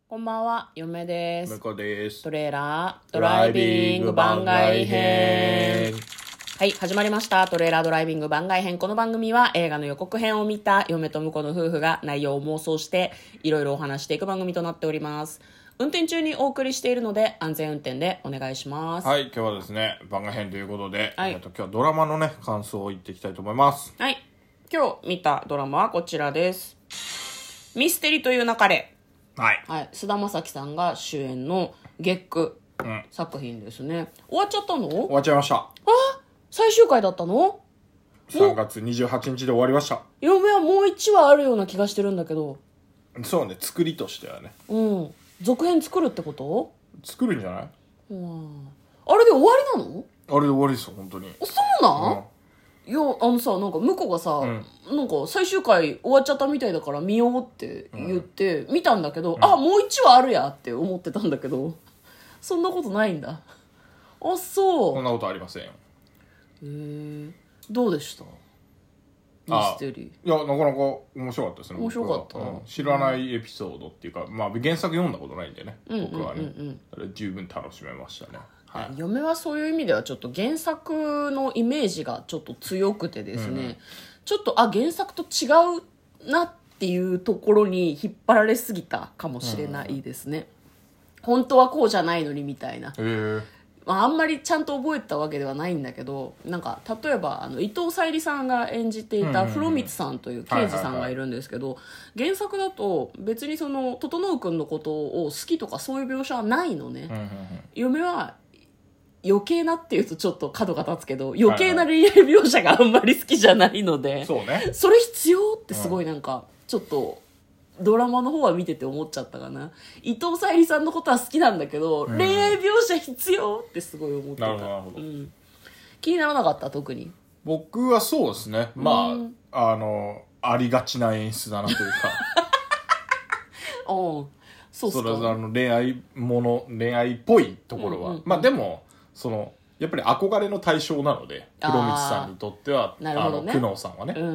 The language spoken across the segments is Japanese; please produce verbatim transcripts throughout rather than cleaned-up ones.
こんばんは、嫁です。 向こうです。 トレーラードライビング番外編。はい、始まりました。トレーラードライビング番外編。この番組は映画の予告編を見た嫁と婿の夫婦が内容を妄想していろいろお話していく番組となっております。運転中にお送りしているので安全運転でお願いします。 はい、今日はですね、番外編ということで、 はい、 えっと今日はドラマのね、感想を言っていきたいと思います。 はい、今日見たドラマはこちらです。ミステリという流れ。 はい。 はい、菅田将暉さんが主演の月9作品ですね。終わっちゃったの？ 終わっちゃいました。あ、 最終回だったの？ さんがつにじゅうはちにちで終わりました。 嫁はもういちわあるような気がしてるんだけど。 そうね、作りとしてはね。 うん。続編作るってこと？ 作るんじゃない？ うん。あれで終わりなの？ あれで終わりですよ、本当に。 そうなん？ うんいや、あのさ、なんか向こうがさ、 うん、 なんか最終回終わっちゃったみたいだから見ようって言って見たんだけど、うん、あ、もういちわあるやって思ってたんだけど、そんなことないんだ。あ、そう。 そんなことありませんよ。 へえ、どうでした？ミステリー。いや、なかなか面白かったですね。 面白かった、 うん、知らないエピソードっていうか、まあ原作読んだことないんでね、 うんうんうんうん、 僕はね、十分楽しめましたね。はい、 嫁はそういう意味ではちょっと原作のイメージがちょっと強くてですね、うん、ちょっとあ原作と違うなっていうところに引っ張られすぎたかもしれないですね、うん、本当はこうじゃないのにみたいな、 へまあ、あんまりちゃんと覚えたわけではないんだけど、なんか例えばあの伊藤沙莉さんが演じていた風呂光さんという刑事さんがいるんですけど、原作だと別にその整君のことを好きとかそういう描写はないのね、 うんうんうん、 嫁は余計なっていうとちょっと角が立つけど余計な恋愛描写があんまり好きじゃないので、 そうね、 それ必要ってすごいなんかちょっとドラマの方は見てて思っちゃったかな。伊藤沙莉さんのことは好きなんだけど、うん、恋愛描写必要ってすごい思ってた。 なるほどなるほど、うん、 気にならなかった？特に僕はそうですね、まあ、うん、あのありがちな演出だなというかおそうっすか。 それあの恋愛もの恋愛っぽいところは、うんうんうん、まあでもそのやっぱり憧れの対象なので風呂光さんにとっては、 なるほどね、 あの久能さんはね、 うん、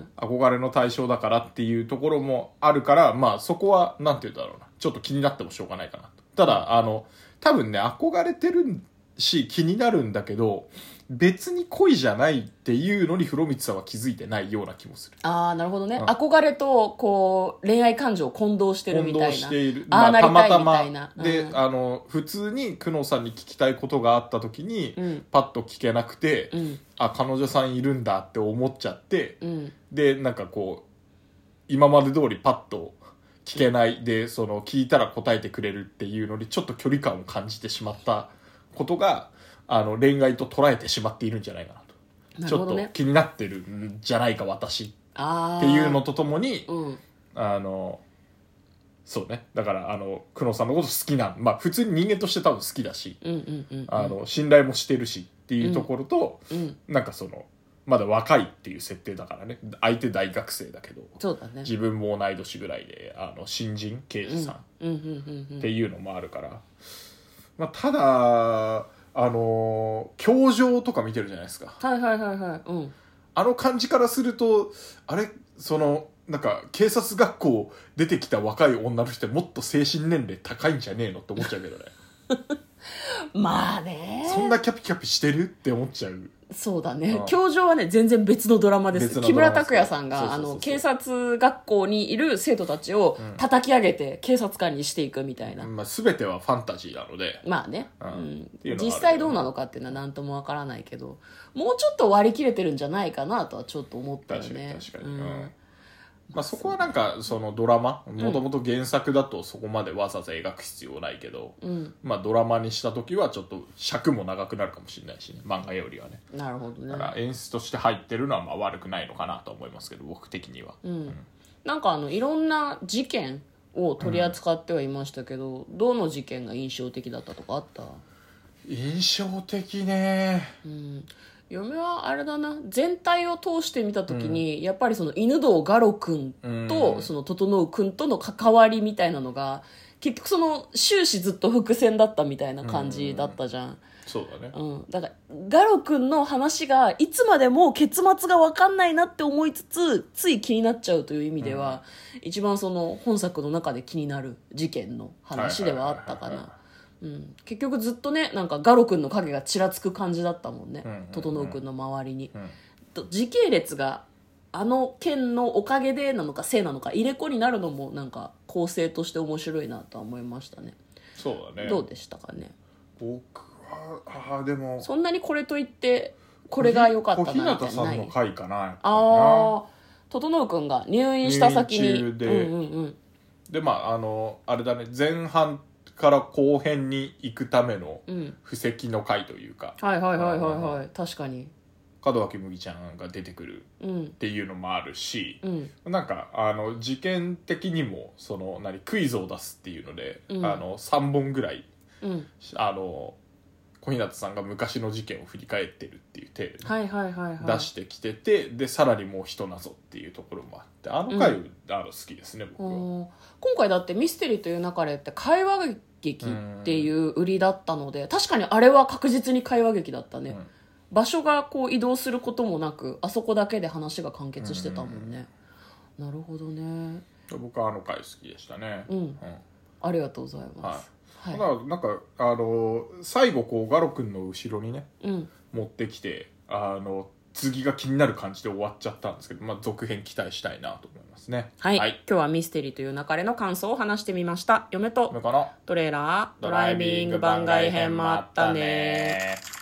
憧れの対象だからっていうところもあるから、まあそこはなんて言うんだろうな、ちょっと気になってもしょうがないかなと。ただあの多分ね憧れてるし気になるんだけど別に恋じゃないっていうのに風呂光さんは気づいてないような気もする。 ああ、なるほどね、うん、憧れとこう恋愛感情を混同してるみたいな、 混同している、 まあ、たまたまで、うん、あの普通に久能さんに聞きたいことがあった時に、うん、パッと聞けなくて、うん、あ彼女さんいるんだって思っちゃって、うん、でなんかこう今まで通りパッと聞けないで、その聞いたら答えてくれるっていうのにちょっと距離感を感じてしまったことがあの恋愛と捉えてしまっているんじゃないかなと。なるほどね、ちょっと気になってるんじゃないか私っていうのとともに、うん、あのそうね、だからあの久能さんのこと好きな、まあ普通に人間として多分好きだし、うんうんうんうん、あの信頼もしてるしっていうところと、うん、なんかそのまだ若いっていう設定だからね、相手大学生だけど、 そうだね、 自分も同い年ぐらいであの新人刑事さんっていうのもあるから、まあ、ただあの教場とか見てるじゃないですか。 はいはいはいはい、うん、あの感じからするとあれそのなんか警察学校出てきた若い女の人ってもっと精神年齢高いんじゃねえのって思っちゃうけどねまあね、 そんなキャピキャピしてるって思っちゃう。 そうだね、教場はね全然別のドラマです。木村拓哉さんがあの警察学校にいる生徒たちを叩き上げて警察官にしていくみたいな、 うん、まあ、全てはファンタジーなのでまあね、うんうん、実際どうなのかっていうのは何ともわからないけど、もうちょっと割り切れてるんじゃないかなとはちょっと思ったよね。 確かに確かに、うん、まあ、そこはなんかそのドラマもともと原作だとそこまでわざわざ描く必要ないけど、うん、まあ、ドラマにした時はちょっと尺も長くなるかもしれないしね、漫画よりはね。 なるほどね。 だから演出として入ってるのはまあ悪くないのかなと思いますけど、僕的には、 うんうん、なんかあのいろんな事件を取り扱ってはいましたけど、うん、どの事件が印象的だったとかあった？ 印象的ね、 うん、嫁はあれだな、全体を通して見た時に、うん、やっぱりその犬堂ガロ君と、うん、その整君との関わりみたいなのが結局その終始ずっと伏線だったみたいな感じだったじゃん、うん、 そうだね、 うん、だからガロ君の話がいつまでも結末が分かんないなって思いつつつい気になっちゃうという意味では、うん、一番その本作の中で気になる事件の話ではあったかな。結局ずっとねなんかガロ君の影がちらつく感じだったもんね、うんうんうん、整君の周りに、うん、と時系列があの件のおかげでなのかせいなのか入れ子になるのもなんか構成として面白いなとは思いましたね。 そうだね。 どうでしたかね。 僕はあでもそんなにこれといってこれが良かったなみたいな。 小日向さんの回かな。ああ整君が入院した先に入院中で、 うんうんうん、 でまああのあれだね前半から後編に行くための布石の回というか、 うん、はいはいはいはいはい確かに門脇麦ちゃんが出てくるっていうのもあるし、うん、なんかあの事件的にもその何クイズを出すっていうので、うん、あのさんぼんぐらい、うん、あの小日向さんが昔の事件を振り返ってるっていう体で出してきてて、でさらにもう一謎っていうところもあってあの回、うん、あの好きですね僕は。 今回だってミステリーという流れって会話劇っていう売りだったので確かにあれは確実に会話劇だったね、うん、場所がこう移動することもなくあそこだけで話が完結してたもんね、うん、なるほどね。 僕はあの回好きでしたね、 うんうん、ありがとうございます、 はいはい、だからなんかあの最後こうガロ君の後ろにね、うん、持ってきてあの次が気になる感じで終わっちゃったんですけど、まあ、続編期待したいなと思いますね。 はい、はい、今日はミステリーという流れの感想を話してみました。嫁とトレーラードライビング番外編もあったね。